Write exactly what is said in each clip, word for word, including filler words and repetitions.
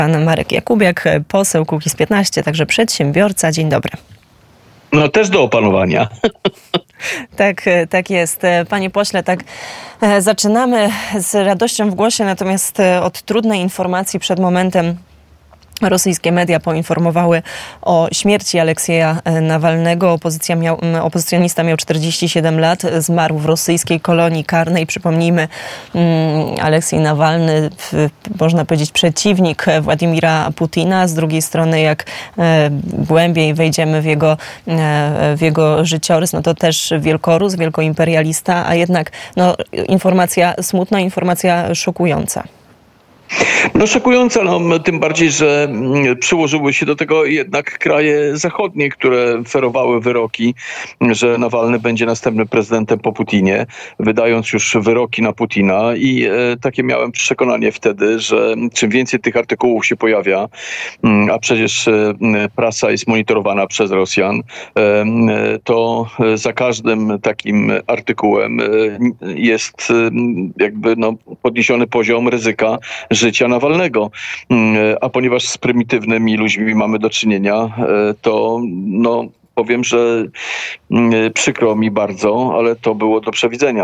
Pan Marek Jakubiak, poseł Kukiz piętnaście, także przedsiębiorca. Dzień dobry. No też do opanowania. Tak, tak jest. Panie pośle, tak zaczynamy z radością w głosie, natomiast od trudnej informacji przed momentem rosyjskie media poinformowały o śmierci Aleksieja Nawalnego. Opozycja miał, opozycjonista miał czterdzieści siedem lat, zmarł w rosyjskiej kolonii karnej. Przypomnijmy, Aleksiej Nawalny, można powiedzieć przeciwnik Władimira Putina. Z drugiej strony, jak głębiej wejdziemy w jego, w jego życiorys, no to też wielkorus, wielkoimperialista, a jednak no, informacja smutna, informacja szokująca. No szokująca, no, tym bardziej, że przyłożyły się do tego jednak kraje zachodnie, które ferowały wyroki, że Nawalny będzie następnym prezydentem po Putinie, wydając już wyroki na Putina i e, takie miałem przekonanie wtedy, że czym więcej tych artykułów się pojawia, a przecież e, prasa jest monitorowana przez Rosjan, e, to za każdym takim artykułem e, jest e, jakby no, podniesiony poziom ryzyka życia Nawalnego. A ponieważ z prymitywnymi ludźmi mamy do czynienia, to no, powiem, że przykro mi bardzo, ale to było do przewidzenia.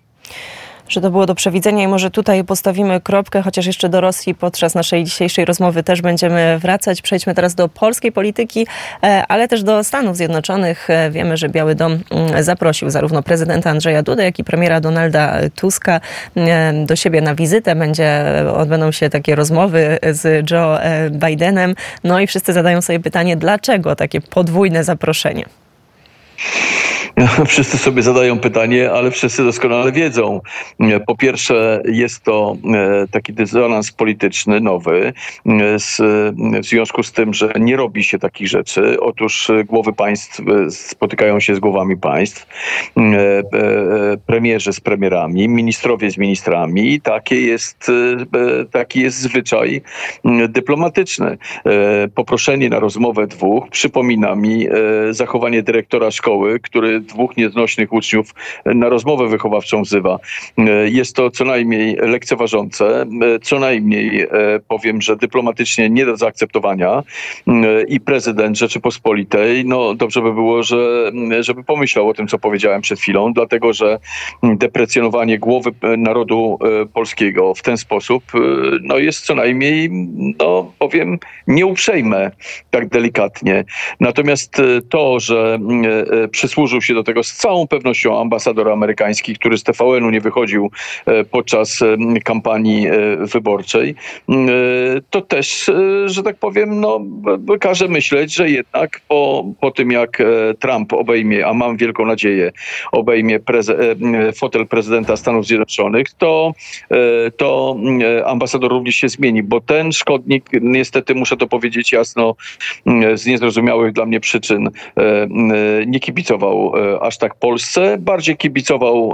Że to było do przewidzenia i może tutaj postawimy kropkę, chociaż jeszcze do Rosji podczas naszej dzisiejszej rozmowy też będziemy wracać. Przejdźmy teraz do polskiej polityki, ale też do Stanów Zjednoczonych. Wiemy, że Biały Dom zaprosił zarówno prezydenta Andrzeja Dudę, jak i premiera Donalda Tuska do siebie na wizytę. Będzie, odbędą się takie rozmowy z Joe Bidenem. No i wszyscy zadają sobie pytanie, dlaczego takie podwójne zaproszenie? Wszyscy sobie zadają pytanie, ale wszyscy doskonale wiedzą. Po pierwsze, jest to taki dysonans polityczny nowy w związku z tym, że nie robi się takich rzeczy. Otóż głowy państw spotykają się z głowami państw, premierzy z premierami, ministrowie z ministrami i takie jest, taki jest zwyczaj dyplomatyczny. Poproszenie na rozmowę dwóch przypomina mi zachowanie dyrektora szkoły, który dwóch nieznośnych uczniów na rozmowę wychowawczą wzywa. Jest to co najmniej lekceważące, co najmniej powiem, że dyplomatycznie nie do zaakceptowania i prezydent Rzeczypospolitej, no dobrze by było, że, żeby pomyślał o tym, co powiedziałem przed chwilą, dlatego, że deprecjonowanie głowy narodu polskiego w ten sposób, no jest co najmniej, no powiem, nieuprzejme, tak delikatnie. Natomiast to, że przysłużył się do tego z całą pewnością ambasador amerykański, który z T V N u nie wychodził podczas kampanii wyborczej, to też, że tak powiem, no, każe myśleć, że jednak po, po tym, jak Trump obejmie, a mam wielką nadzieję, obejmie preze- fotel prezydenta Stanów Zjednoczonych, to, to ambasador również się zmieni, bo ten szkodnik, niestety muszę to powiedzieć jasno, z niezrozumiałych dla mnie przyczyn, nie kibicował aż tak Polsce, bardziej kibicował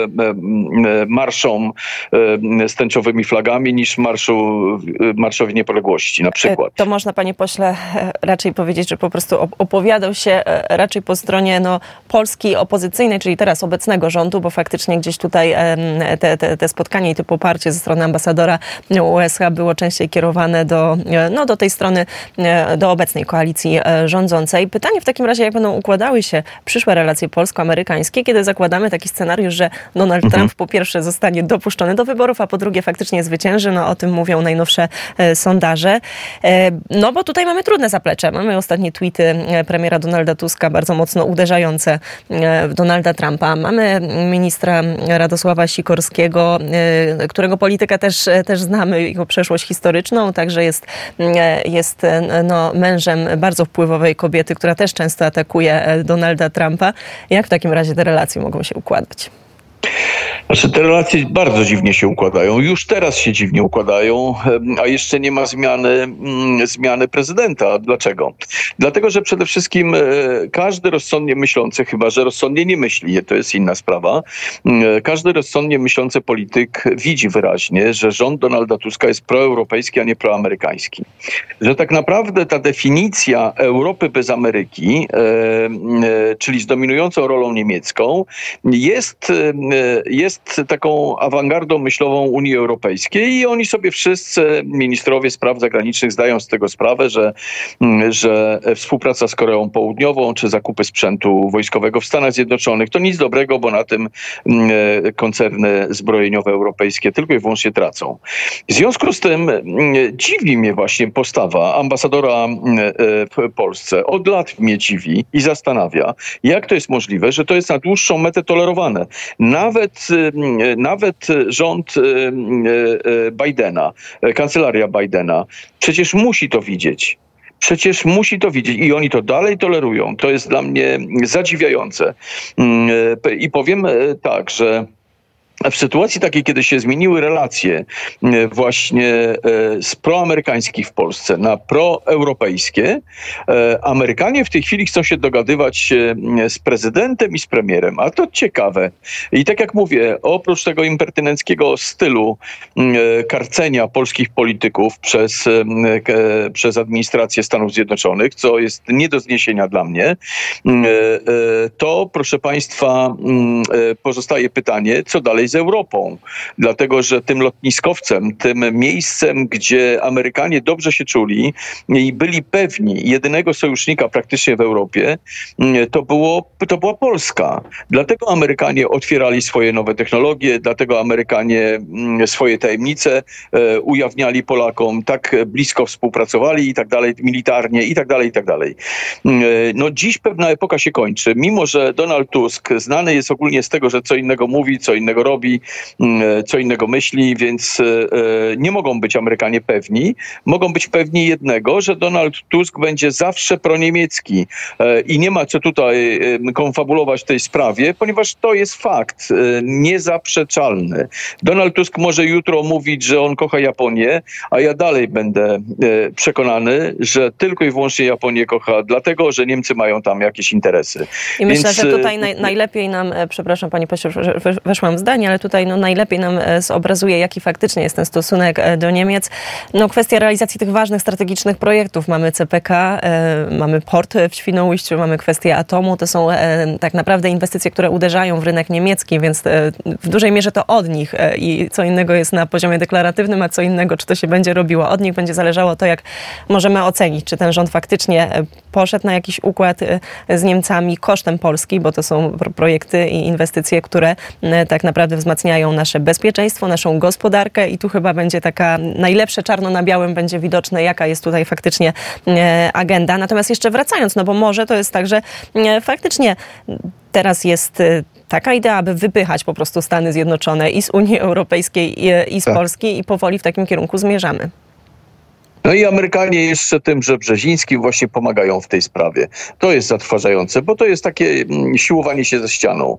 marszom z tęczowymi flagami niż marszu, Marszowi Niepodległości na przykład. To można, panie pośle, raczej powiedzieć, że po prostu opowiadał się raczej po stronie no, Polski opozycyjnej, czyli teraz obecnego rządu, bo faktycznie gdzieś tutaj te, te, te spotkanie i to poparcie ze strony ambasadora U S A było częściej kierowane do, no, do tej strony, do obecnej koalicji rządzącej. Pytanie w takim razie, jak będą układały się przyszłe relacje polsko-amerykańskie, kiedy zakładamy taki scenariusz, że Donald mhm. Trump po pierwsze zostanie dopuszczony do wyborów, a po drugie faktycznie zwycięży. No o tym mówią najnowsze e, sondaże. E, no bo tutaj mamy trudne zaplecze. Mamy ostatnie tweety premiera Donalda Tuska, bardzo mocno uderzające w Donalda Trumpa. Mamy ministra Radosława Sikorskiego, e, którego politykę też, też znamy, jego przeszłość historyczną, także jest, jest no, mężem bardzo wpływowej kobiety, która też często atakuje Donalda Trumpa. Jak w takim razie te relacje mogą się układać? Znaczy, te relacje bardzo dziwnie się układają. Już teraz się dziwnie układają, a jeszcze nie ma zmiany, mm, zmiany prezydenta. Dlaczego? Dlatego, że przede wszystkim e, każdy rozsądnie myślący, chyba że rozsądnie nie myśli, to jest inna sprawa, e, każdy rozsądnie myślący polityk widzi wyraźnie, że rząd Donalda Tuska jest proeuropejski, a nie proamerykański. Że tak naprawdę ta definicja Europy bez Ameryki, e, e, czyli z dominującą rolą niemiecką, jest, e, jest jest taką awangardą myślową Unii Europejskiej i oni sobie wszyscy, ministrowie spraw zagranicznych, zdają z tego sprawę, że, że współpraca z Koreą Południową czy zakupy sprzętu wojskowego w Stanach Zjednoczonych to nic dobrego, bo na tym koncerny zbrojeniowe europejskie tylko i wyłącznie tracą. W związku z tym dziwi mnie właśnie postawa ambasadora w Polsce. Od lat mnie dziwi i zastanawia, jak to jest możliwe, że to jest na dłuższą metę tolerowane. Nawet, nawet rząd Bidena, kancelaria Bidena przecież musi to widzieć. Przecież musi to widzieć i oni to dalej tolerują. To jest dla mnie zadziwiające. I powiem tak, że w sytuacji takiej, kiedy się zmieniły relacje właśnie z proamerykańskich w Polsce na proeuropejskie, Amerykanie w tej chwili chcą się dogadywać z prezydentem i z premierem. A to ciekawe. I tak jak mówię, oprócz tego impertynenckiego stylu karcenia polskich polityków przez, przez administrację Stanów Zjednoczonych, co jest nie do zniesienia dla mnie, to proszę państwa pozostaje pytanie, co dalej z Europą, dlatego że tym lotniskowcem, tym miejscem, gdzie Amerykanie dobrze się czuli i byli pewni jedynego sojusznika praktycznie w Europie, to, było, to była Polska. Dlatego Amerykanie otwierali swoje nowe technologie, dlatego Amerykanie swoje tajemnice e, ujawniali Polakom, tak blisko współpracowali i tak dalej, militarnie i tak dalej, i tak dalej. E, no dziś pewna epoka się kończy, mimo że Donald Tusk znany jest ogólnie z tego, że co innego mówi, co innego robi, co innego myśli, więc nie mogą być Amerykanie pewni. Mogą być pewni jednego, że Donald Tusk będzie zawsze proniemiecki i nie ma co tutaj konfabulować w tej sprawie, ponieważ to jest fakt niezaprzeczalny. Donald Tusk może jutro mówić, że on kocha Japonię, a ja dalej będę przekonany, że tylko i wyłącznie Japonię kocha, dlatego, że Niemcy mają tam jakieś interesy. I więc... myślę, że tutaj naj, najlepiej nam, przepraszam panie pośle, że weszłam w zdanie, ale tutaj no, najlepiej nam zobrazuje, jaki faktycznie jest ten stosunek do Niemiec. No, kwestia realizacji tych ważnych, strategicznych projektów. Mamy C P K, e, mamy port w Świnoujściu, mamy kwestię atomu. To są e, tak naprawdę inwestycje, które uderzają w rynek niemiecki, więc e, w dużej mierze to od nich e, i co innego jest na poziomie deklaratywnym, a co innego, czy to się będzie robiło. Od nich będzie zależało to, jak możemy ocenić, czy ten rząd faktycznie poszedł na jakiś układ z Niemcami kosztem Polski, bo to są projekty i inwestycje, które e, tak naprawdę wzmacniają nasze bezpieczeństwo, naszą gospodarkę i tu chyba będzie taka najlepsze czarno na białym będzie widoczne, jaka jest tutaj faktycznie e, agenda. Natomiast jeszcze wracając, no bo może to jest tak, że e, faktycznie teraz jest e, taka idea, aby wypychać po prostu Stany Zjednoczone i z Unii Europejskiej i, i z tak. Polski i powoli w takim kierunku zmierzamy. No i Amerykanie jeszcze tym, że Brzezińskim właśnie pomagają w tej sprawie. To jest zatrważające, bo to jest takie siłowanie się ze ścianą.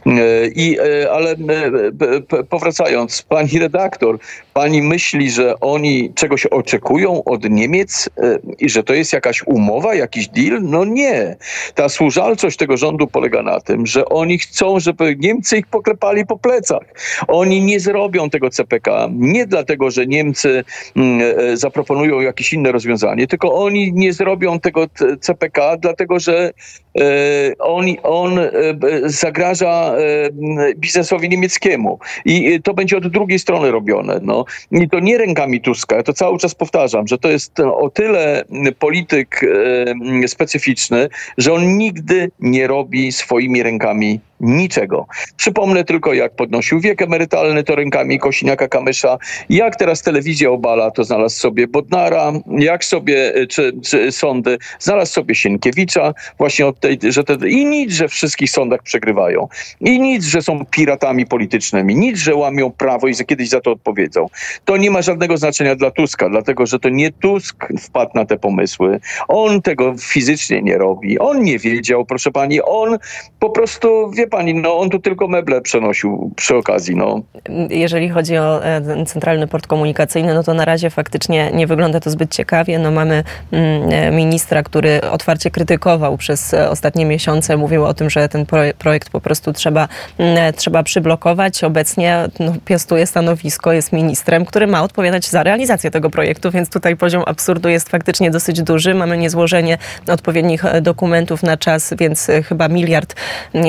I, ale powracając, pani redaktor, pani myśli, że oni czegoś oczekują od Niemiec i że to jest jakaś umowa, jakiś deal? No nie. Ta służalczość tego rządu polega na tym, że oni chcą, żeby Niemcy ich poklepali po plecach. Oni nie zrobią tego C P K nie dlatego, że Niemcy zaproponują jakieś inne rozwiązanie, tylko oni nie zrobią tego C P K, dlatego że e, on, on e, zagraża e, biznesowi niemieckiemu. I to będzie od drugiej strony robione. No. I to nie rękami Tuska. Ja to cały czas powtarzam, że to jest o tyle polityk e, specyficzny, że on nigdy nie robi swoimi rękami niczego. Przypomnę tylko, jak podnosił wiek emerytalny, to rękami Kosiniaka-Kamysza. Jak teraz telewizja obala, to znalazł sobie Bodnara. Jak sobie, czy, czy sądy, znalazł sobie Sienkiewicza. Właśnie od tej, że te, i nic, że w wszystkich sądach przegrywają. I nic, że są piratami politycznymi. Nic, że łamią prawo i kiedyś za to odpowiedzą. To nie ma żadnego znaczenia dla Tuska, dlatego, że to nie Tusk wpadł na te pomysły. On tego fizycznie nie robi. On nie wiedział, proszę pani. On po prostu, wie pani, no on tu tylko meble przenosił przy okazji, no. Jeżeli chodzi o ten centralny port komunikacyjny, no to na razie faktycznie nie wygląda to zbyt ciekawie. No mamy mm, ministra, który otwarcie krytykował przez ostatnie miesiące, mówił o tym, że ten projekt po prostu trzeba, mm, trzeba przyblokować. Obecnie no, piastuje stanowisko, jest ministrem, który ma odpowiadać za realizację tego projektu, więc tutaj poziom absurdu jest faktycznie dosyć duży. Mamy niezłożenie odpowiednich dokumentów na czas, więc chyba miliard, miliard złotych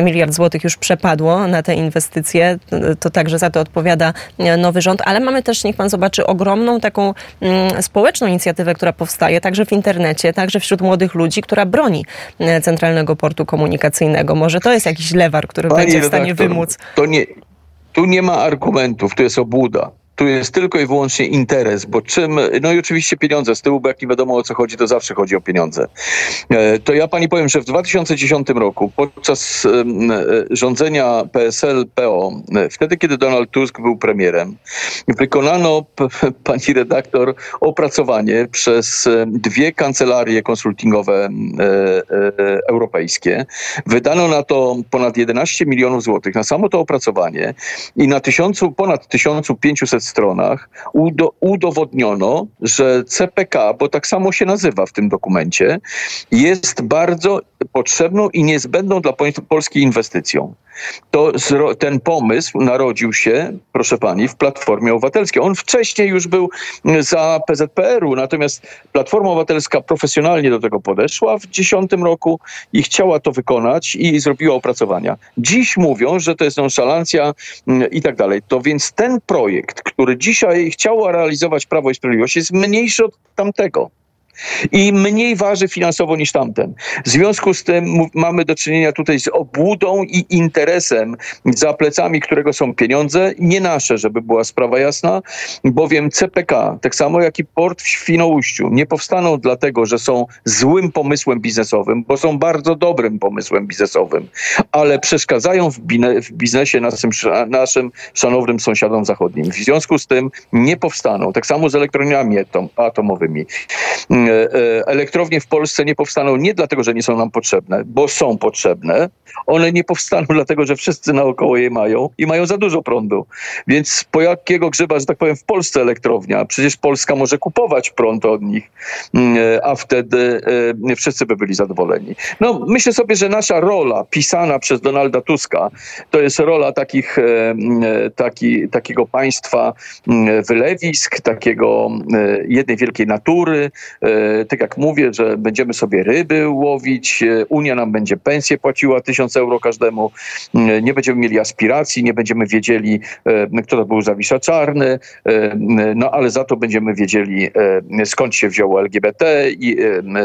złotych już przepadło na te inwestycje. To także za to odpowiada nowy rząd, ale mamy też, niech pan zobaczy, ogromną taką mm, społeczną inicjatywę, która powstaje także w internecie, także wśród młodych ludzi, która broni Centralnego Portu Komunikacyjnego. Może to jest jakiś lewar, który Pani będzie w stanie redaktor, wymóc. To nie, tu nie ma argumentów, tu jest obłuda. Tu jest tylko i wyłącznie interes, bo czym, no i oczywiście pieniądze z tyłu, bo jak nie wiadomo o co chodzi, to zawsze chodzi o pieniądze. To ja pani powiem, że w dwa tysiące dziesiątym roku, podczas rządzenia P S L P O, wtedy kiedy Donald Tusk był premierem, wykonano, pani redaktor, opracowanie przez dwie kancelarie konsultingowe europejskie. Wydano na to ponad jedenaście milionów złotych, na samo to opracowanie i na tysiącu, ponad tysiąc pięćset stronach udo, udowodniono, że C P K, bo tak samo się nazywa w tym dokumencie, jest bardzo potrzebną i niezbędną dla Polski inwestycją. To ten pomysł narodził się, proszę pani, w Platformie Obywatelskiej. On wcześniej już był za P Z P R u, natomiast Platforma Obywatelska profesjonalnie do tego podeszła w dziesiątym roku i chciała to wykonać i zrobiła opracowania. Dziś mówią, że to jest nonszalancja i tak dalej. To więc ten projekt, który dzisiaj chciało realizować Prawo i Sprawiedliwość, jest mniejszy od tamtego. I mniej waży finansowo niż tamten. W związku z tym m- mamy do czynienia tutaj z obłudą i interesem, za plecami którego są pieniądze, nie nasze, żeby była sprawa jasna, bowiem C P K, tak samo jak i port w Świnoujściu, nie powstaną dlatego, że są złym pomysłem biznesowym, bo są bardzo dobrym pomysłem biznesowym, ale przeszkadzają w, bine- w biznesie naszym, naszym szanownym sąsiadom zachodnim. W związku z tym nie powstaną. Tak samo z elektrowniami atom- atomowymi. Elektrownie w Polsce nie powstaną nie dlatego, że nie są nam potrzebne, bo są potrzebne. One nie powstaną dlatego, że wszyscy naokoło je mają i mają za dużo prądu. Więc po jakiego grzyba, że tak powiem, w Polsce elektrownia? Przecież Polska może kupować prąd od nich, a wtedy wszyscy by byli zadowoleni. No, myślę sobie, że nasza rola pisana przez Donalda Tuska to jest rola takich, taki, takiego państwa wylewisk, takiego jednej wielkiej natury. Tak jak mówię, że będziemy sobie ryby łowić, Unia nam będzie pensję płaciła tysiąc euro każdemu, nie będziemy mieli aspiracji, nie będziemy wiedzieli, kto to był Zawisza Czarny, no ale za to będziemy wiedzieli, skąd się wzięło L G B T i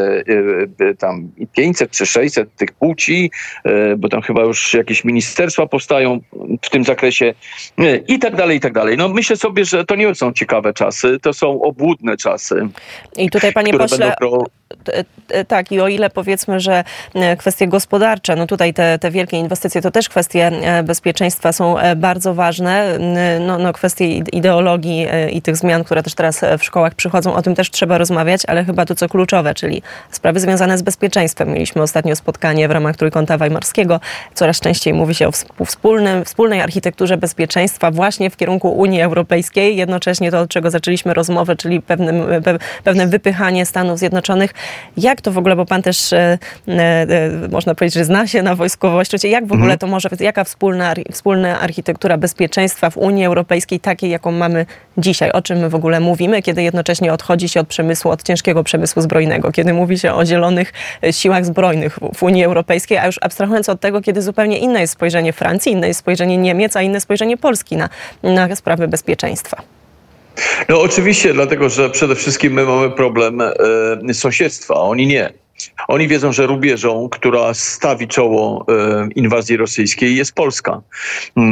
tam pięćset czy sześćset tych płci, bo tam chyba już jakieś ministerstwa powstają w tym zakresie i tak dalej, i tak dalej. No myślę sobie, że to nie są ciekawe czasy, to są obłudne czasy. I tutaj, panie pośle, pro... tak, i o ile powiedzmy, że kwestie gospodarcze, no tutaj te, te wielkie inwestycje to też kwestie bezpieczeństwa są bardzo ważne. No, no kwestie ideologii i tych zmian, które też teraz w szkołach przychodzą, o tym też trzeba rozmawiać, ale chyba to co kluczowe, czyli sprawy związane z bezpieczeństwem. Mieliśmy ostatnio spotkanie w ramach Trójkąta Weimarskiego. Coraz częściej mówi się o wspólnym, wspólnej architekturze bezpieczeństwa właśnie w kierunku Unii Europejskiej. Jednocześnie to, od czego zaczęliśmy rozmowę, czyli pewnym, pewne wypychanie Stanów Zjednoczonych. Jak to w ogóle, bo pan też e, e, można powiedzieć, że zna się na wojskowości, jak w ogóle to może, jaka wspólna, wspólna architektura bezpieczeństwa w Unii Europejskiej, takiej jaką mamy dzisiaj, o czym my w ogóle mówimy, kiedy jednocześnie odchodzi się od przemysłu, od ciężkiego przemysłu zbrojnego, kiedy mówi się o zielonych siłach zbrojnych w Unii Europejskiej, a już abstrahując od tego, kiedy zupełnie inne jest spojrzenie Francji, inne jest spojrzenie Niemiec, a inne spojrzenie Polski na, na sprawy bezpieczeństwa. No oczywiście, dlatego że przede wszystkim my mamy problem e, sąsiedztwa, a oni nie. Oni wiedzą, że rubieżą, która stawi czoło e, inwazji rosyjskiej, jest Polska. E,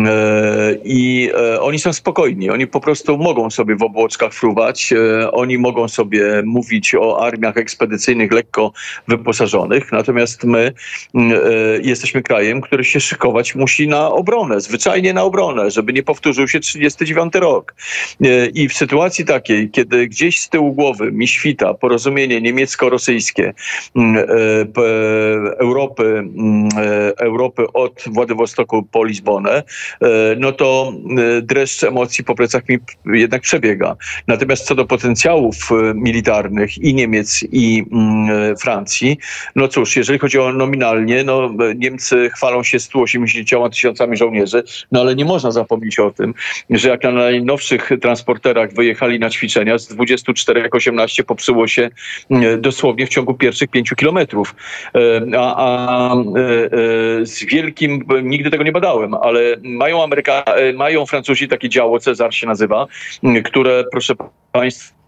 I e, oni są spokojni. Oni po prostu mogą sobie w obłoczkach fruwać. E, oni mogą sobie mówić o armiach ekspedycyjnych lekko wyposażonych. Natomiast my e, jesteśmy krajem, który się szykować musi na obronę. Zwyczajnie na obronę, żeby nie powtórzył się trzydziesty dziewiąty rok. E, I w sytuacji takiej, kiedy gdzieś z tyłu głowy mi świta porozumienie niemiecko-rosyjskie, Europy, Europy od Władywostoku po Lizbonę, no to dreszcz emocji po plecach mi jednak przebiega. Natomiast co do potencjałów militarnych i Niemiec, i Francji, no cóż, jeżeli chodzi o nominalnie, no Niemcy chwalą się stu osiemdziesięcioma tysiącami żołnierzy, no ale nie można zapomnieć o tym, że jak na najnowszych transporterach wyjechali na ćwiczenia, z dwudziestu czterech osiemnaście popsuło się dosłownie w ciągu pierwszych pięciu pięćdziesięciu kilometrów. A, a z wielkim, nigdy tego nie badałem, ale mają Ameryka, mają Francuzi takie działo, Cezar się nazywa, które, proszę Państwa,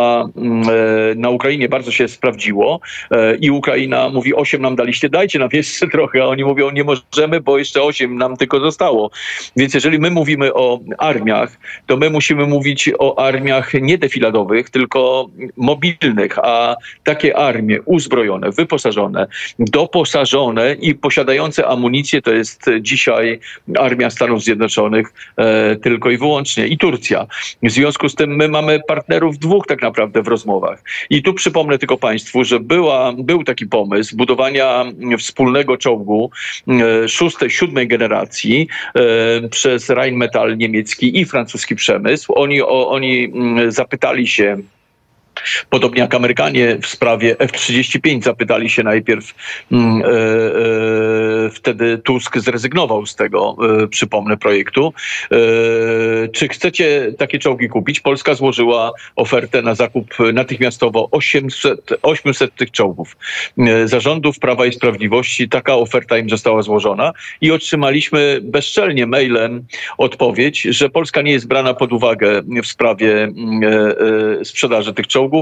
na Ukrainie bardzo się sprawdziło i Ukraina mówi, osiem nam daliście, dajcie nam jeszcze trochę, a oni mówią, nie możemy, bo jeszcze osiem nam tylko zostało. Więc jeżeli my mówimy o armiach, to my musimy mówić o armiach nie defiladowych, tylko mobilnych, a takie armie uzbrojone, wyposażone, doposażone i posiadające amunicję to jest dzisiaj armia Stanów Zjednoczonych e, tylko i wyłącznie i Turcja. W związku z tym my mamy partnerów dwóch tak naprawdę w rozmowach. I tu przypomnę tylko Państwu, że była, był taki pomysł budowania wspólnego czołgu e, szóstej, siódmej generacji e, przez Rheinmetall niemiecki i francuski przemysł. Oni, o, oni m, zapytali się, podobnie jak Amerykanie w sprawie F trzydzieści pięć zapytali się najpierw, e, e, wtedy Tusk zrezygnował z tego, e, przypomnę, projektu. E, czy chcecie takie czołgi kupić? Polska złożyła ofertę na zakup natychmiastowo osiemset, osiemset tych czołgów. E, zarządów Prawa i Sprawiedliwości taka oferta im została złożona i otrzymaliśmy bezczelnie mailem odpowiedź, że Polska nie jest brana pod uwagę w sprawie e, e, sprzedaży tych czołgów,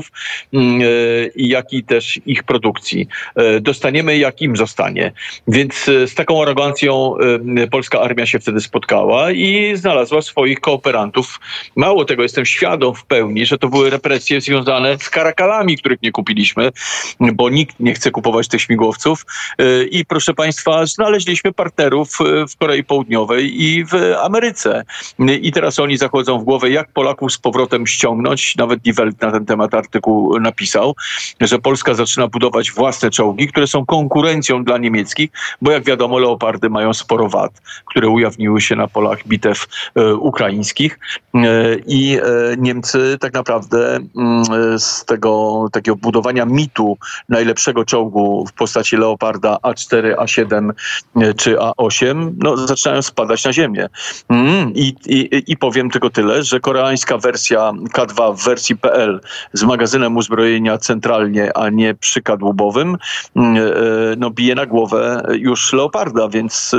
jak i też ich produkcji. Dostaniemy, jak im zostanie. Więc z taką arogancją polska armia się wtedy spotkała i znalazła swoich kooperantów. Mało tego, jestem świadom w pełni, że to były represje związane z karakalami, których nie kupiliśmy, bo nikt nie chce kupować tych śmigłowców. I proszę Państwa, znaleźliśmy partnerów w Korei Południowej i w Ameryce. I teraz oni zachodzą w głowę, jak Polaków z powrotem ściągnąć. Nawet Die Welt na ten temat artykuł napisał, że Polska zaczyna budować własne czołgi, które są konkurencją dla niemieckich, bo jak wiadomo Leopardy mają sporo wad, które ujawniły się na polach bitew e, ukraińskich e, i e, Niemcy tak naprawdę e, z tego takiego budowania mitu najlepszego czołgu w postaci Leoparda A cztery, A siedem e, czy A osiem, no zaczynają spadać na ziemię. Mm, i, i, I powiem tylko tyle, że koreańska wersja K dwa w wersji P L z magazynem uzbrojenia centralnie, a nie przykadłubowym, no bije na głowę już Leoparda, więc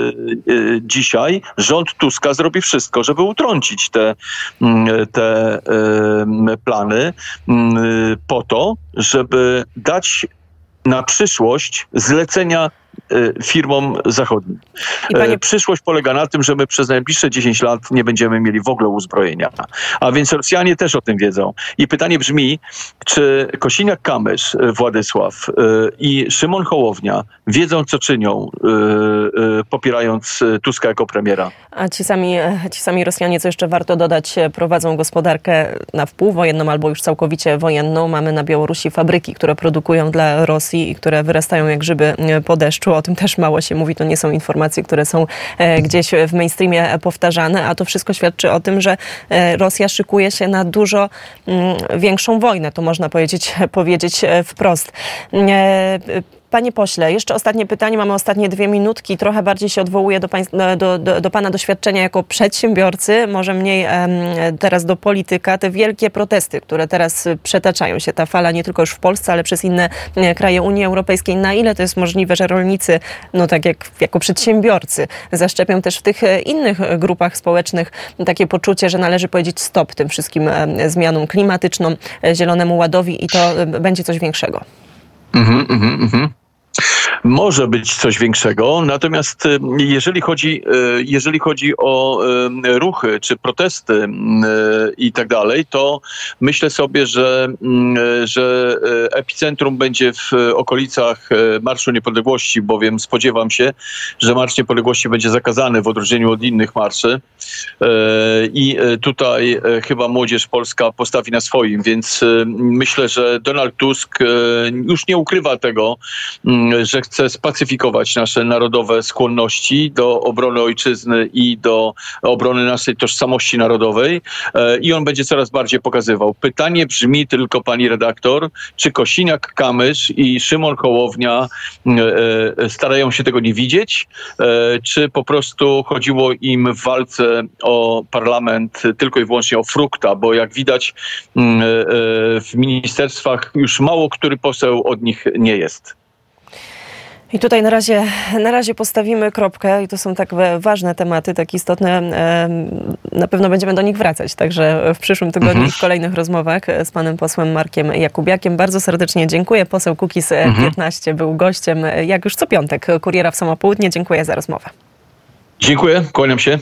dzisiaj rząd Tuska zrobi wszystko, żeby utrącić te, te plany po to, żeby dać na przyszłość zlecenia firmom zachodnim. Panie... Przyszłość polega na tym, że my przez najbliższe dziesięć lat nie będziemy mieli w ogóle uzbrojenia. A więc Rosjanie też o tym wiedzą. I pytanie brzmi, czy Kosiniak-Kamysz, Władysław i Szymon Hołownia wiedzą, co czynią, popierając Tuska jako premiera? A ci sami, ci sami Rosjanie, co jeszcze warto dodać, prowadzą gospodarkę na wpół wojenną albo już całkowicie wojenną. Mamy na Białorusi fabryki, które produkują dla Rosji i które wyrastają jak grzyby po deszczu. O tym też mało się mówi, to nie są informacje, które są gdzieś w mainstreamie powtarzane, a to wszystko świadczy o tym, że Rosja szykuje się na dużo większą wojnę, to można powiedzieć, powiedzieć wprost. Panie pośle, jeszcze ostatnie pytanie, mamy ostatnie dwie minutki, trochę bardziej się odwołuję do, pań, do, do, do pana doświadczenia jako przedsiębiorcy, może mniej um, teraz do polityka. Te wielkie protesty, które teraz przetaczają się, ta fala nie tylko już w Polsce, ale przez inne kraje Unii Europejskiej, na ile to jest możliwe, że rolnicy, no tak jak jako przedsiębiorcy, zaszczepią też w tych innych grupach społecznych takie poczucie, że należy powiedzieć stop tym wszystkim zmianom klimatycznym, Zielonemu Ładowi i to będzie coś większego. Mhm, mhm, mhm. Może być coś większego, natomiast jeżeli chodzi, jeżeli chodzi o ruchy czy protesty i tak dalej, to myślę sobie, że, że epicentrum będzie w okolicach Marszu Niepodległości, bowiem spodziewam się, że Marsz Niepodległości będzie zakazany w odróżnieniu od innych marszy i tutaj chyba młodzież polska postawi na swoim, więc myślę, że Donald Tusk już nie ukrywa tego, że chce spacyfikować nasze narodowe skłonności do obrony ojczyzny i do obrony naszej tożsamości narodowej i on będzie coraz bardziej pokazywał. Pytanie brzmi tylko, pani redaktor, czy Kosiniak-Kamysz i Szymon Hołownia starają się tego nie widzieć, czy po prostu chodziło im w walce o parlament tylko i wyłącznie o frukta, bo jak widać w ministerstwach już mało który poseł od nich nie jest. I tutaj na razie, na razie postawimy kropkę i to są tak ważne tematy, tak istotne. Na pewno będziemy do nich wracać, także w przyszłym tygodniu mhm. i w kolejnych rozmowach z panem posłem Markiem Jakubiakiem. Bardzo serdecznie dziękuję. Poseł Kukiz piętnaście mhm. był gościem, jak już co piątek, Kuriera w samo południe. Dziękuję za rozmowę. Dziękuję, kłaniam się.